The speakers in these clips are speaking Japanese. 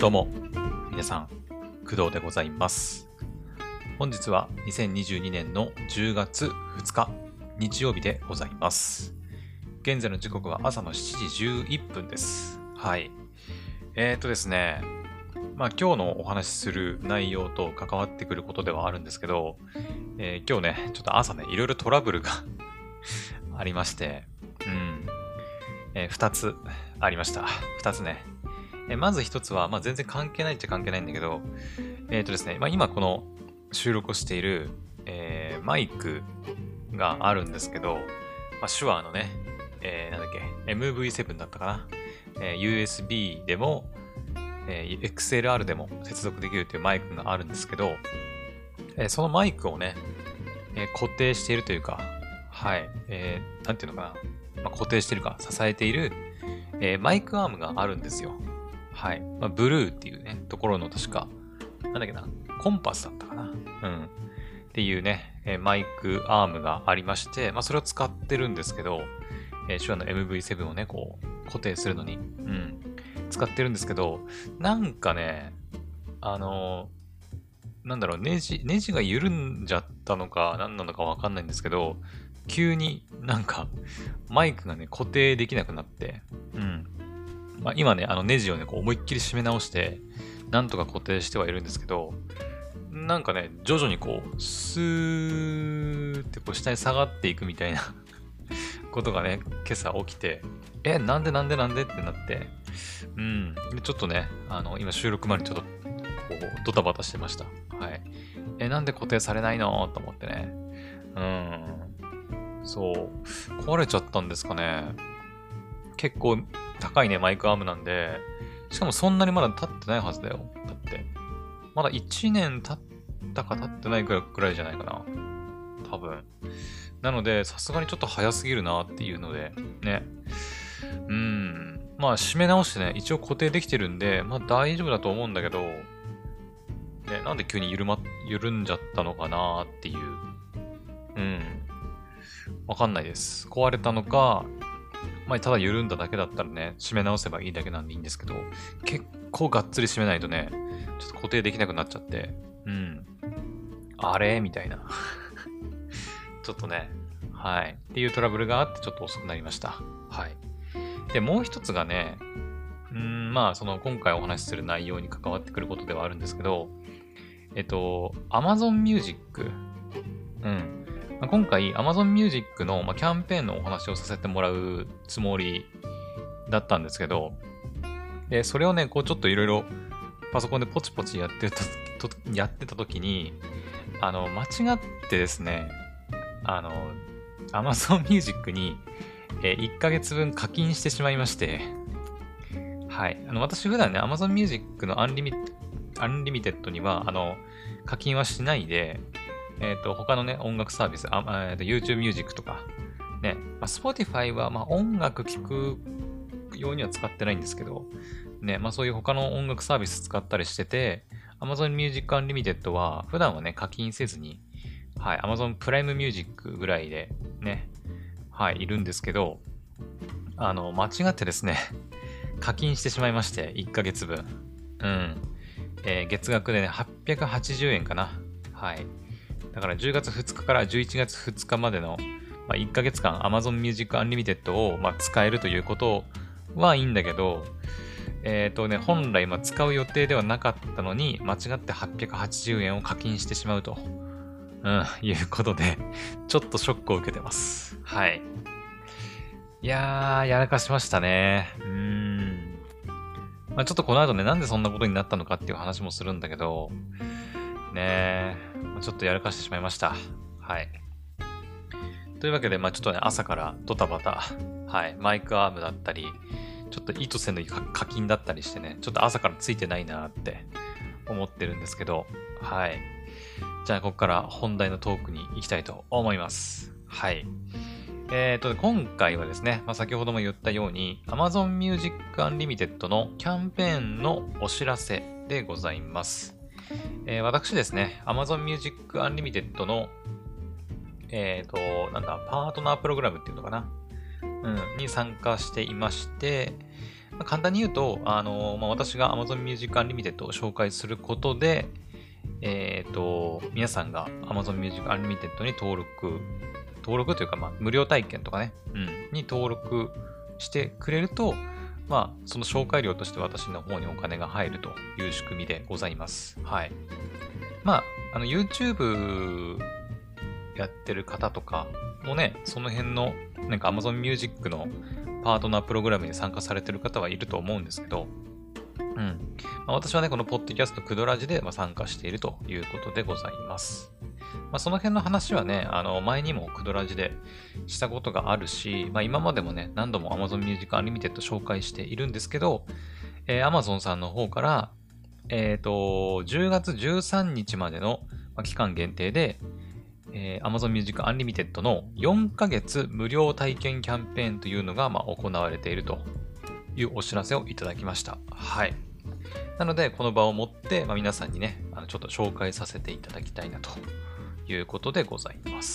どうも、皆さん、工藤でございます。本日は2022年の10月2日、日曜日でございます。現在の時刻は朝の7時11分です。はい。ですね、今日のお話しする内容と関わってくることではあるんですけど、今日ね、ちょっと朝ね、いろいろトラブルがありまして、2つありました。2つね。まず一つは、全然関係ないっちゃ関係ないんだけど、ですね、今この収録をしている、マイクがあるんですけど、手話のね、なんだっけ、MV7 だったかな。USB でも、XLR でも接続できるっていうマイクがあるんですけど、そのマイクをね、固定しているというか、はい、なんていうのかな、固定しているか、支えている、マイクアームがあるんですよ。はい。ブルーっていうね、ところの確か、なんだっけな、コンパスだったかな。っていうね、マイクアームがありまして、それを使ってるんですけど、手話の MV7 をね、こう、固定するのに、使ってるんですけど、なんかね、なんだろう、ネジが緩んじゃったのか、何なのかわかんないんですけど、急になんか、マイクがね、固定できなくなって、今ね、ネジをね、こう思いっきり締め直して、なんとか固定してはいるんですけど、なんかね、徐々にこう、スーってこう下に下がっていくみたいなことがね、今朝起きて、なんでってなって、でちょっとね、今収録前にちょっと、こう、ドタバタしてました。はい。なんで固定されないのと思ってね。そう、壊れちゃったんですかね。結構高いね、マイクアームなんで、しかもそんなにまだ経ってないはずだよ。だって。まだ1年経ったか経ってないくらいじゃないかな。多分。なので、さすがにちょっと早すぎるなっていうので、ね。締め直してね、一応固定できてるんで、大丈夫だと思うんだけど、ね、なんで急に緩んじゃったのかなっていう。わかんないです。壊れたのか、ただ緩んだだけだったらね、締め直せばいいだけなんでいいんですけど、結構がっつり締めないとね、ちょっと固定できなくなっちゃって、あれみたいな。ちょっとね、はい。っていうトラブルがあってちょっと遅くなりました。はい。で、もう一つがね、その今回お話しする内容に関わってくることではあるんですけど、Amazon Music。今回 Amazon Music の、キャンペーンのお話をさせてもらうつもりだったんですけど、で、それをね、こうちょっといろいろパソコンでポチポチやってた時に、間違ってですね、Amazon Music に、1ヶ月分課金してしまいまして、はい。私普段ね、Amazon Music のアンリミテッドには、課金はしないで、他のね、音楽サービス、YouTube Music とか、ね、Spotify は、音楽聴くようには使ってないんですけど、ね、そういう他の音楽サービス使ったりしてて、Amazon Music Unlimited は、普段はね、課金せずに、はい、Amazon プライムミュージックぐらいで、ね、はい、いるんですけど、間違ってですね、課金してしまいまして、1ヶ月分。月額でね、880円かな。はい。だから10月2日から11月2日までの、1ヶ月間 Amazon Music Unlimited を、使えるということはいいんだけど、本来使う予定ではなかったのに、間違って880円を課金してしまうと、いうことで、ちょっとショックを受けてます。はい。いやー、やらかしましたね。ちょっとこの後ね、なんでそんなことになったのかっていう話もするんだけど、ねちょっとやらかしてしまいました。はい。というわけで、ちょっとね、朝からドタバタ、はい、マイクアームだったり、ちょっと意図せぬ課金だったりしてね、ちょっと朝からついてないなって思ってるんですけど、はい。じゃあ、ここから本題のトークに行きたいと思います。はい。今回はですね、先ほども言ったように、Amazon Music Unlimited のキャンペーンのお知らせでございます。私ですね、Amazon Music Unlimited の、パートナープログラムっていうのかな、に参加していまして、 簡単に言うと、私が Amazon Music Unlimited を紹介することで、皆さんが Amazon Music Unlimited に登録というか、無料体験とかね、に登録してくれると、その紹介料として私の方にお金が入るという仕組みでございます。はい。YouTube やってる方とかもね、その辺の、Amazon Music のパートナープログラムに参加されてる方はいると思うんですけど、私はね、このポッドキャストクドラジで参加しているということでございます。その辺の話はね、前にもクドラジでしたことがあるし、今までもね、何度も Amazon Music Unlimited 紹介しているんですけど、Amazon さんの方から、10月13日までの期間限定で、Amazon Music Unlimited の4ヶ月無料体験キャンペーンというのが行われているというお知らせをいただきました。はい。なので、この場をもって、皆さんにね、ちょっと紹介させていただきたいなということでございます。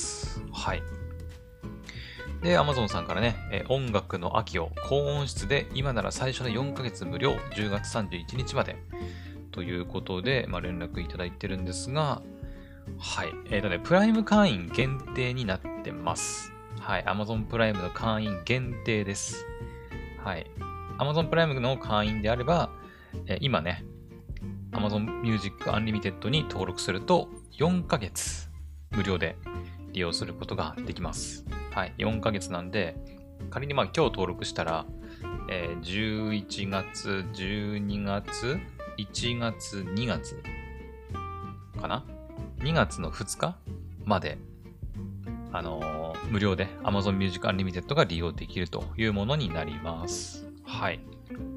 はい。で、Amazon さんからね、音楽の秋を高音質で今なら最初の4ヶ月無料10月31日までということで、連絡いただいてるんですが、はい。プライム会員限定になってます。はい。Amazon プライムの会員限定です。はい。Amazon プライムの会員であれば、今ね、Amazon Music Unlimited に登録すると4ヶ月無料で利用することができます。はい。4ヶ月なんで、仮に今日登録したら、11月、12月、1月、2月かな ?2 月の2日まで、無料で Amazon Music Unlimited が利用できるというものになります。はい。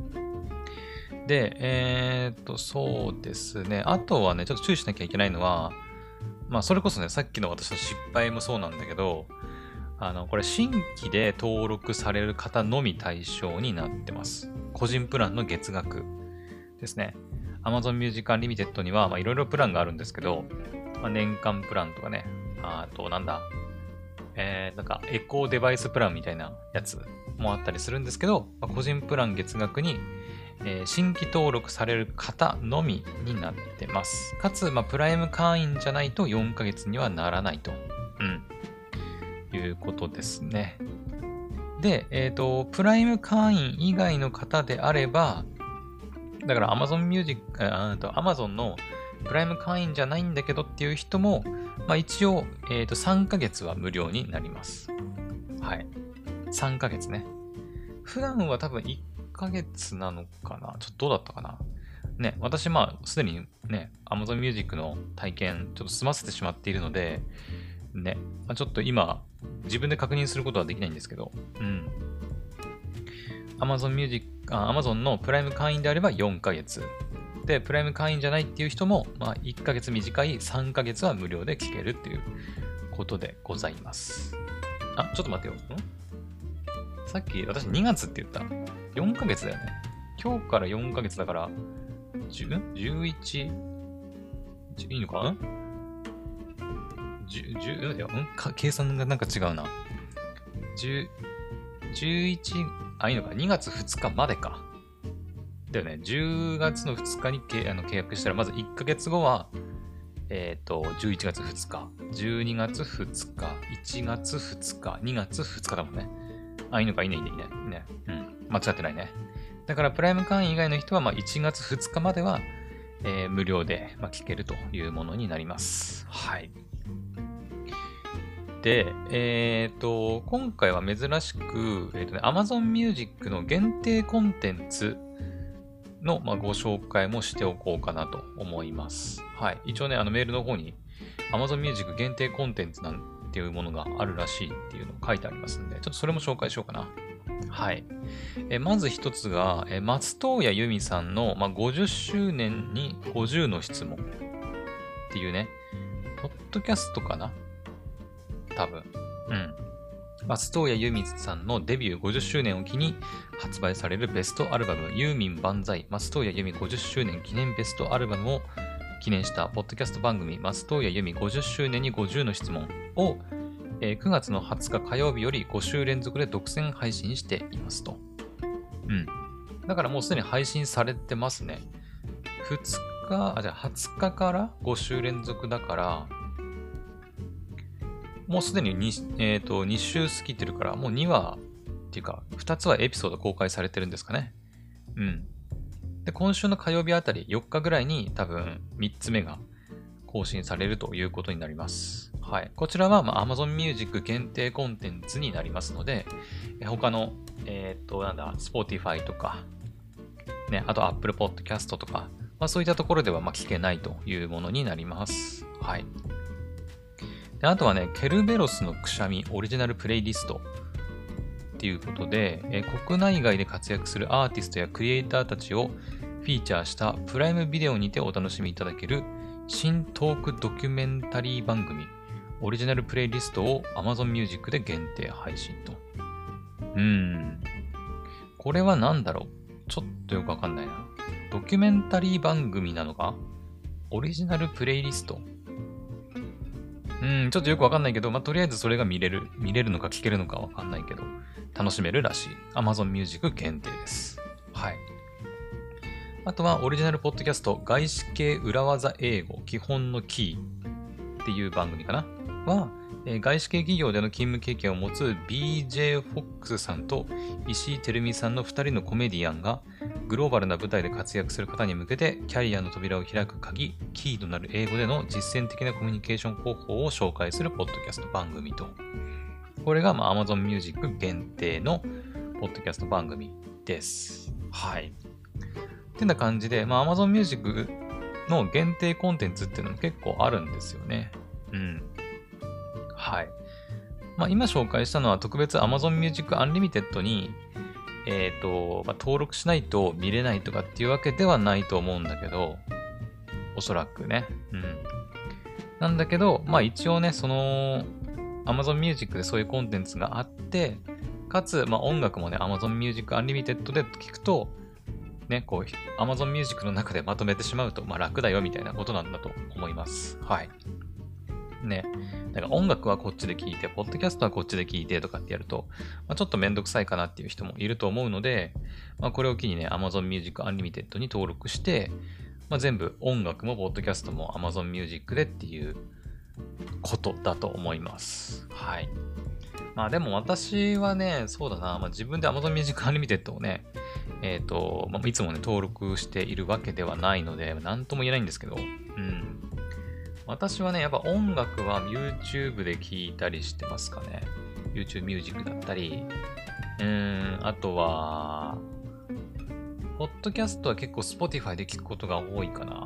で、そうですね。あとはね、ちょっと注意しなきゃいけないのは、それこそね、さっきの私の失敗もそうなんだけど、これ新規で登録される方のみ対象になってます。個人プランの月額ですね。Amazon Music Unlimited にはいろいろプランがあるんですけど、年間プランとかね、あとなんかエコーデバイスプランみたいなやつもあったりするんですけど、個人プラン月額に、新規登録される方のみになってます。かつ、プライム会員じゃないと4ヶ月にはならないと。いうことですね。で、プライム会員以外の方であれば、だから Amazon Amazon のプライム会員じゃないんだけどっていう人も、一応、3ヶ月は無料になります。はい。3ヶ月ね。普段は多分1ヶ月なのかな、ちょっとどうだったかなね、私すでにね、Amazon Music の体験ちょっと済ませてしまっているので、ね、ちょっと今、自分で確認することはできないんですけど、Amazon のプライム会員であれば4ヶ月。で、プライム会員じゃないっていう人も、1ヶ月短い3ヶ月は無料で聞けるっていうことでございます。ちょっと待ってよ。さっき私2月って言った。4ヶ月だよね。今日から4ヶ月だから、11? いいのか計算がなんか違うな。11、いいのか ?2 月2日までか。だよね。10月の2日に契約したら、まず1ヶ月後は、11月2日、12月2日、1月2日、2月2日だもんね。いいのかいいね。間違ってないね。だから、プライム会員以外の人は、1月2日までは、無料で、聞けるというものになります。はい。で、今回は珍しく、Amazon Music の限定コンテンツの、ご紹介もしておこうかなと思います。はい。一応ね、メールの方に Amazon Music 限定コンテンツなんていうものがあるらしいっていうのを書いてありますんで、ちょっとそれも紹介しようかな。はい。まず一つが、松任谷由実さんの、50周年に50の質問っていうね、ポッドキャストかな多分。松任谷由実さんのデビュー50周年を機に発売されるベストアルバム、ユーミン万歳松任谷由実50周年記念ベストアルバムを記念したポッドキャスト番組、松任谷由実50周年に50の質問を、9月の20日火曜日より5週連続で独占配信していますと。 だからもうすでに配信されてますね。じゃあ20日から5週連続だから、もうすでに 2週過ぎてるから、もう2話っていうか、2つはエピソード公開されてるんですかね。うん。で、今週の火曜日あたり、4日ぐらいに多分3つ目が更新されるということになります。はい。こちらは、Amazon Music 限定コンテンツになりますので、他の、Spotify とか、ね、あと Apple Podcast とか、そういったところでは聞けないというものになります。はい。で、あとはね、ケルベロスのくしゃみオリジナルプレイリストっていうことで、国内外で活躍するアーティストやクリエイターたちをフィーチャーしたプライムビデオにてお楽しみいただける新トークドキュメンタリー番組オリジナルプレイリストを Amazon Music で限定配信と。これは何だろう？ちょっとよくわかんないな。ドキュメンタリー番組なのか？オリジナルプレイリスト？ちょっとよくわかんないけど、とりあえずそれが見れるのか聞けるのかわかんないけど、楽しめるらしい。Amazon Music 限定です。はい。あとは、オリジナルポッドキャスト、外資系裏技英語基本のキーっていう番組かなは、外資系企業での勤務経験を持つ BJ フォックスさんと石井てるみさんの2人のコメディアンがグローバルな舞台で活躍する方に向けてキャリアの扉を開く鍵、キーとなる英語での実践的なコミュニケーション方法を紹介するポッドキャスト番組と。これがAmazon Music 限定のポッドキャスト番組です。はい。ってな感じで、Amazon Music の限定コンテンツっていうのも結構あるんですよね。はい。今紹介したのは特別 Amazon Music Unlimited に、登録しないと見れないとかっていうわけではないと思うんだけど、おそらくね。なんだけど、一応ね、その Amazon Music でそういうコンテンツがあって、かつ、音楽もね、Amazon Music Unlimited で聞くと、ね、Amazon Music の中でまとめてしまうと、楽だよみたいなことなんだと思います。はい。ね。だから音楽はこっちで聴いて、ポッドキャストはこっちで聴いてとかってやると、ちょっとめんどくさいかなっていう人もいると思うので、これを機にね、Amazon Music Unlimited に登録して、全部音楽もポッドキャストも Amazon Music でっていうことだと思います。はい。でも私はね、そうだな、自分で Amazon Music Unlimited をね、いつもね、登録しているわけではないので、なんとも言えないんですけど、私はね、やっぱ音楽は YouTube で聴いたりしてますかね。YouTube Music だったり、あとは、ポッドキャストは結構 Spotify で聞くことが多いかな。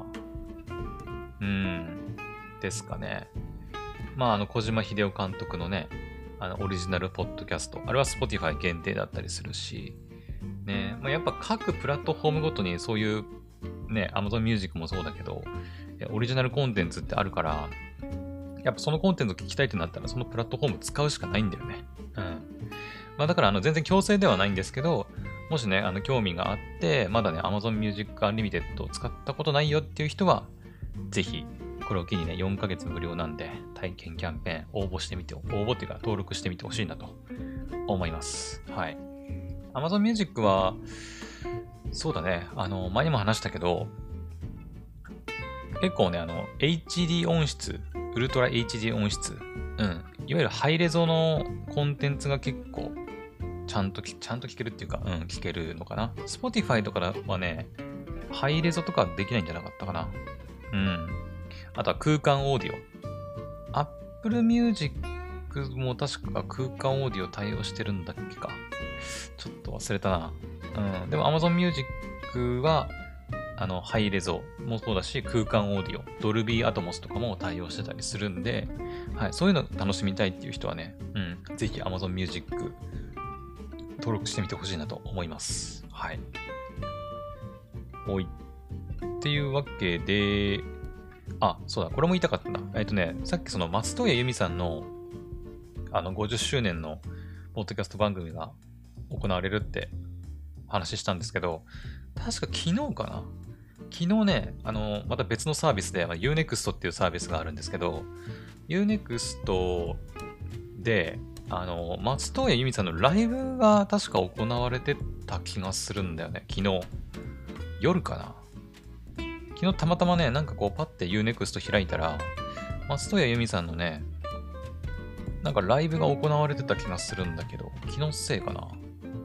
ですかね。小島秀夫監督のね、オリジナルポッドキャスト。あれは Spotify 限定だったりするし、ね、やっぱ各プラットフォームごとにそういう、ね、Amazon Music もそうだけど、オリジナルコンテンツってあるから、やっぱそのコンテンツを聞きたいってなったら、そのプラットフォーム使うしかないんだよね。だから全然強制ではないんですけど、もしね、興味があって、まだね、Amazon Music Unlimited を使ったことないよっていう人は、ぜひ、これを機にね、4ヶ月無料なんで、体験キャンペーン応募っていうか、登録してみてほしいなと思います。はい。Amazon Music は、そうだね、前にも話したけど、結構ね、HD 音質、ウルトラ HD 音質、いわゆるハイレゾのコンテンツが結構、ちゃんと聞けるっていうか、聞けるのかな。Spotify とかはね、ハイレゾとかできないんじゃなかったかな。あとは空間オーディオ。Apple Music も確か空間オーディオ対応してるんだっけか。ちょっと忘れたな。でも Amazon Music は、ハイレゾもそうだし、空間オーディオ、ドルビーアトモスとかも対応してたりするんで、はい、そういうの楽しみたいっていう人はね、ぜひ Amazon Music 登録してみてほしいなと思います。はい。っていうわけで、そうだ、これも言いたかったな。さっきその松任谷由実さんの、50周年のポッドキャスト番組が行われるって話したんですけど、確か昨日かな。昨日ね、また別のサービスで、Unext っていうサービスがあるんですけど、Unext で、 松任谷由実さんのライブが確か行われてた気がするんだよね。昨日。夜かな。昨日たまたまね、なんかこうパッて Unext 開いたら、松任谷由実さんのね、なんかライブが行われてた気がするんだけど、気のせいかな。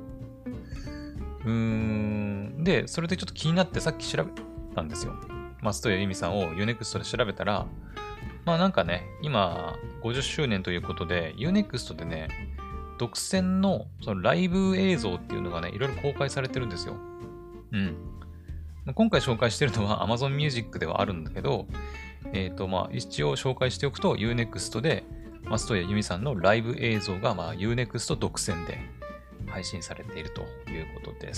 で、それでちょっと気になってさっき調べたんですよ。松任谷由実さんを Unext で調べたら、まあなんかね、今50周年ということで、Unext でね、独占のそのライブ映像っていうのがね、いろいろ公開されてるんですよ。うん。今回紹介してるのは Amazon Music ではあるんだけど、まあ一応紹介しておくと Unext で松任谷由実さんのライブ映像がまあ Unext 独占で配信されているということです。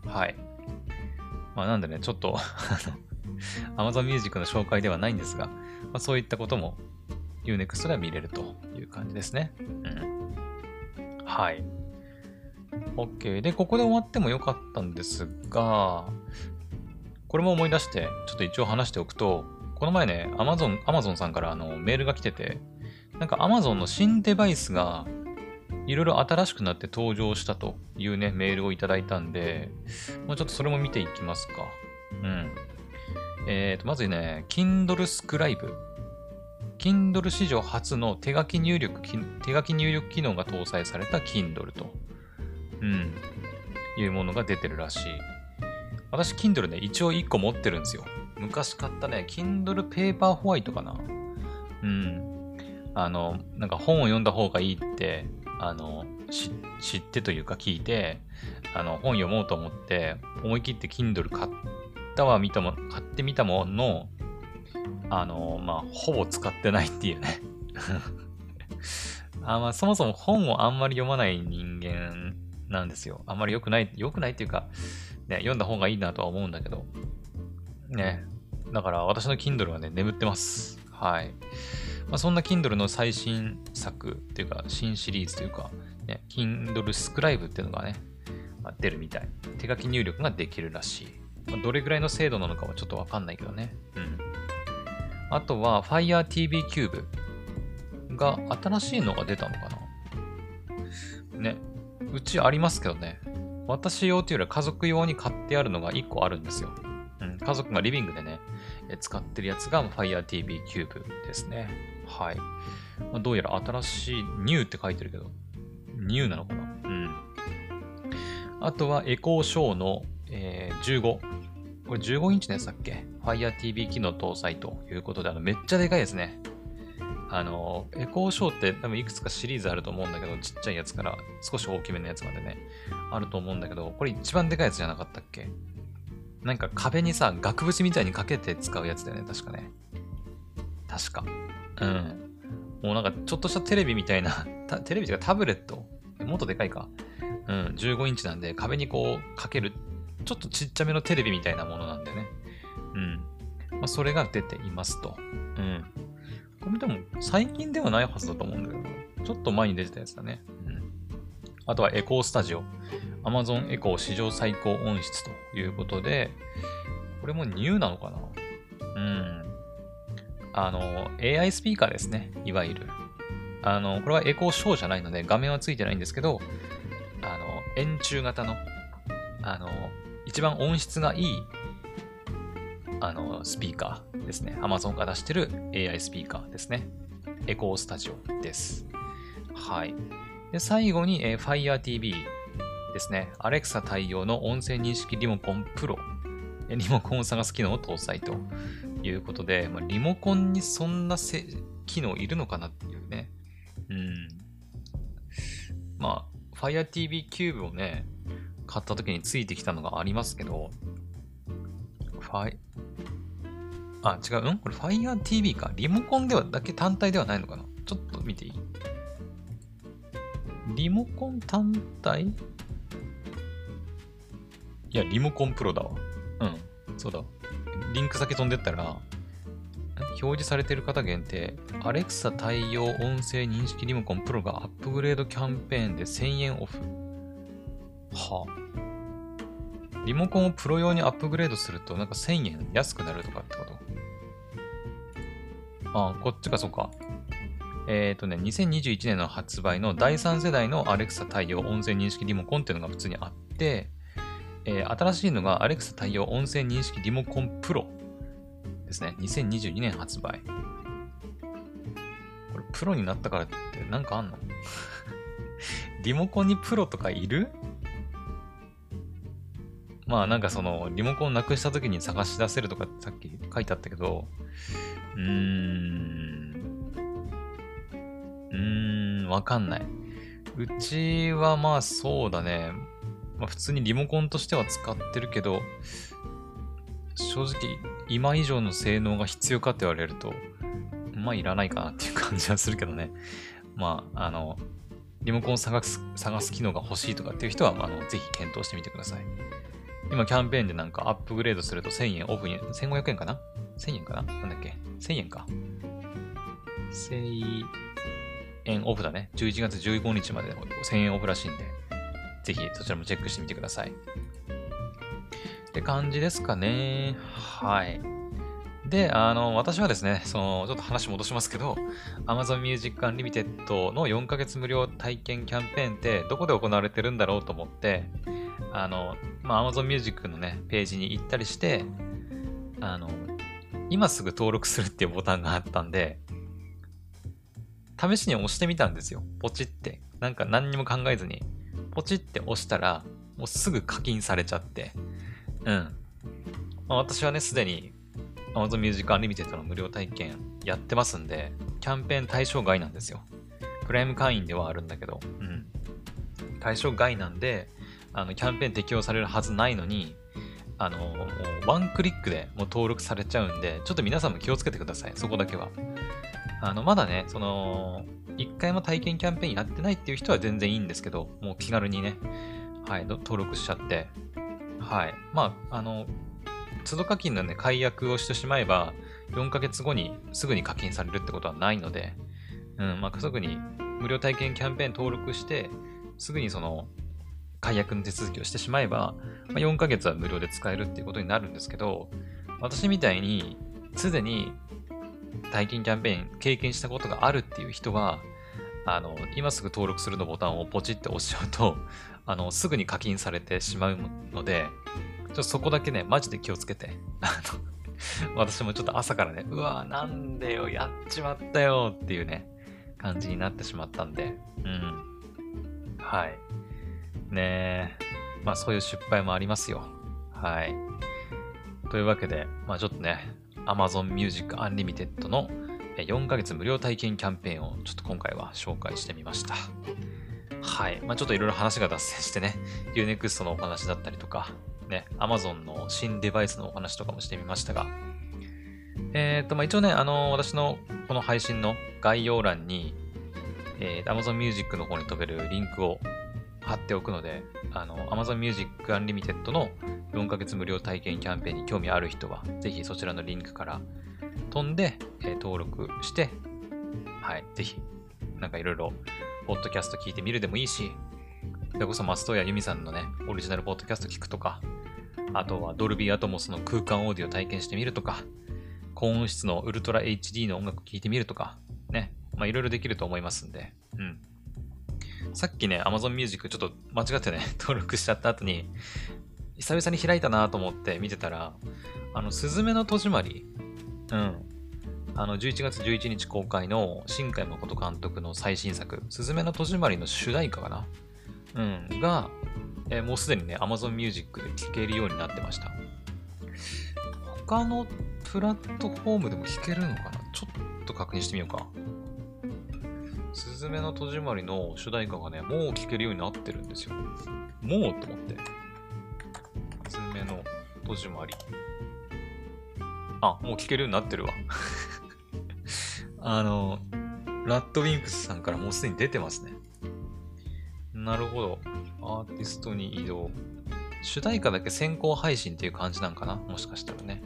はい。まあなんでね、ちょっとAmazon Music の紹介ではないんですが、まあ、そういったことも Unext では見れるという感じですね。うん。はい。OK。で、ここで終わってもよかったんですが、これも思い出して、ちょっと一応話しておくと、この前ね、Amazon さんからメールが来てて、なんか Amazon の新デバイスがいろいろ新しくなって登場したというね、メールをいただいたんで、もうちょっとそれも見ていきますか。うん。まずね、Kindle Scribe。Kindle 史上初の手書き入力機能が搭載された Kindle と、いうものが出てるらしい。私、Kindle ね、一応1個持ってるんですよ。昔買ったね、Kindle Paperwhite かな。なんか本を読んだ方がいいって、知ってというか聞いて、本読もうと思って、思い切って Kindle 買ってみたものの、まあ、ほぼ使ってないっていうね。まあ、そもそも本をあんまり読まない人間なんですよ。あんまり良くないっていうか、ね、読んだ方がいいなとは思うんだけど。ね。だから私の Kindle はね、眠ってます。はい。まあ、そんな Kindle の最新作っていうか、新シリーズというか、ね、Kindle Scribe っていうのがね、出るみたい。手書き入力ができるらしい。まあ、どれぐらいの精度なのかはちょっとわかんないけどね。うん。あとは Fire TV Cube が新しいのが出たのかな。ね。うちありますけどね。私用というよりは家族用に買ってあるのが1個あるんですよ。家族がリビングでね、使ってるやつが Fire TV Cube ですね。はい。まあ、どうやら新しい、ニューって書いてるけど、ニューなのかな。あとはエコーショーの、15。これ15インチのやつだっけ？ Fire TV 機能搭載ということで、めっちゃでかいですね。エコーショーって多分いくつかシリーズあると思うんだけど、ちっちゃいやつから少し大きめのやつまでね、あると思うんだけど、これ一番でかいやつじゃなかったっけ？なんか壁にさ、額縁みたいにかけて使うやつだよね、確かね。確か。もうなんかちょっとしたテレビみたいな、テレビというかタブレットもっとでかいか。15インチなんで壁にこうかける、ちょっとちっちゃめのテレビみたいなものなんでね。まあ、それが出ていますと。これでも最近ではないはずだと思うんだけど、ちょっと前に出てたやつだね。あとはエコースタジオ。Amazon エコー史上最高音質ということで、これもニューなのかな？AI スピーカーですね。いわゆる。これはエコーショーじゃないので画面はついてないんですけど、円柱型の、一番音質がいい、スピーカーですね。Amazon が出してる AI スピーカーですね。エコースタジオです。はい。で、最後に、Fire TV ですね。Alexa 対応の音声認識リモコン Pro。リモコンを探す機能を搭載ということで、まあ、リモコンにそんな機能いるのかなっていうね。まあ、Fire TV Cube をね、買った時についてきたのがありますけど、違う。これ Fire TV か。リモコン単体ではないのかな。ちょっと見ていい？リモコン単体？いや、リモコンプロだわ。そうだ。リンク先飛んでったら、表示されている方限定、Alexa 対応音声認識リモコンプロがアップグレードキャンペーンで1000円オフ。はあ。リモコンをプロ用にアップグレードすると、なんか1000円安くなるとかってこと？こっちか、そうか。 2021年の発売の第3世代の Alexa 対応音声認識リモコンっていうのが普通にあって、新しいのが Alexa 対応音声認識リモコンプロですね。2022年発売。これプロになったからってなんかあんのリモコンにプロとかいる？まあなんかそのリモコンなくした時に探し出せるとかさっき書いてあったけど、わかんない。うちはまあそうだね。まあ普通にリモコンとしては使ってるけど、正直今以上の性能が必要かって言われると、まあいらないかなっていう感じはするけどね。まあリモコンを探す機能が欲しいとかっていう人は、ぜひ検討してみてください。今キャンペーンでなんかアップグレードすると1000円オフに、1500円かな ?1000 円かななんだっけ ?1000 円か。1000円オフだね。11月15日まで1000円オフらしいんで、ぜひそちらもチェックしてみてください。って感じですかね。はい。で、私はですね、ちょっと話戻しますけど、Amazon Music Unlimited の4ヶ月無料体験キャンペーンってどこで行われてるんだろうと思って、Amazon Music のね、ページに行ったりして、今すぐ登録するっていうボタンがあったんで、試しに押してみたんですよ。ポチって。なんか何にも考えずに、ポチって押したら、もうすぐ課金されちゃって、私はね、すでに Amazon Music Unlimited の無料体験やってますんで、キャンペーン対象外なんですよ。プライム会員ではあるんだけど、対象外なんで、キャンペーン適用されるはずないのに、もうワンクリックでもう登録されちゃうんで、ちょっと皆さんも気をつけてください。そこだけは。まだね、一回も体験キャンペーンやってないっていう人は全然いいんですけど、もう気軽にね、はい、登録しちゃって、はい。都度課金のね、解約をしてしまえば、4ヶ月後にすぐに課金されるってことはないので、すぐに無料体験キャンペーン登録して、すぐに解約の手続きをしてしまえば、4ヶ月は無料で使えるっていうことになるんですけど、私みたいに、すでに体験キャンペーン経験したことがあるっていう人は、今すぐ登録するのボタンをポチって押しちゃうと、すぐに課金されてしまうので、ちょっとそこだけね、マジで気をつけて。私もちょっと朝からね、うわーなんでよ、やっちまったよっていうね、感じになってしまったんで、はい。ねえ、そういう失敗もありますよ。はい。というわけで、ちょっとね、Amazon Music Unlimited の4ヶ月無料体験キャンペーンをちょっと今回は紹介してみました。はい。ちょっといろいろ話が脱線してね、Unext のお話だったりとか、ね、Amazon の新デバイスのお話とかもしてみましたが、一応ね、私のこの配信の概要欄に、Amazon Music の方に飛べるリンクを貼っておくので、Amazon Music Unlimited の4ヶ月無料体験キャンペーンに興味ある人は、ぜひそちらのリンクから飛んで、登録して、はい、ぜひ、なんかいろいろ、ポッドキャスト聞いてみるでもいいし、それこそ松任谷由実さんのね、オリジナルポッドキャスト聞くとか、あとはドルビーアトモスの空間オーディオ体験してみるとか、高音質のウルトラ HD の音楽聴いてみるとか、ね、いろいろできると思いますんで、さっきね、Amazon Music ちょっと間違ってね、登録しちゃった後に、久々に開いたなと思って見てたら、すずめの戸締まり、11月11日公開の新海誠監督の最新作、すずめの戸締まりの主題歌かなが、もうすでにね、Amazon Music で聴けるようになってました。他のプラットフォームでも聴けるのかなちょっと確認してみようか。すずめの戸締まりの主題歌がね、もう聴けるようになってるんですよ。もうと思って。すずめの戸締まり。あ、もう聴けるようになってるわ。ラッドウィンプスさんからもうすでに出てますね。なるほど。アーティストに移動。主題歌だけ先行配信っていう感じなんかなもしかしたらね。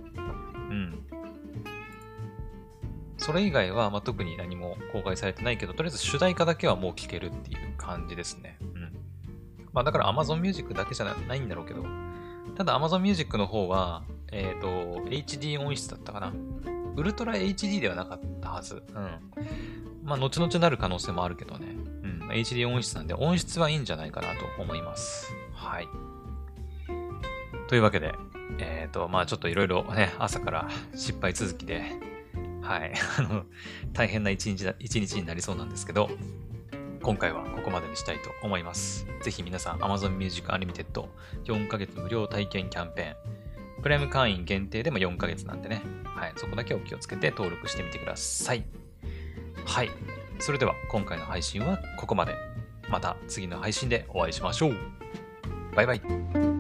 それ以外は、特に何も公開されてないけど、とりあえず主題歌だけはもう聴けるっていう感じですね。だから Amazon Music だけじゃないんだろうけど、ただ Amazon Music の方は、HD 音質だったかなウルトラ HD ではなかったはず。まあ、後々なる可能性もあるけどね。HD 音質なんで、音質はいいんじゃないかなと思います。はい。というわけで、まあちょっといろいろね、朝から失敗続きで、はい、大変な一日になりそうなんですけど、今回はここまでにしたいと思います。ぜひ皆さん Amazon Music Unlimited 4ヶ月無料体験キャンペーン、プライム会員限定でも4ヶ月なんでね、はい、そこだけお気をつけて登録してみてください。はい。それでは今回の配信はここまで。また次の配信でお会いしましょう。バイバイ。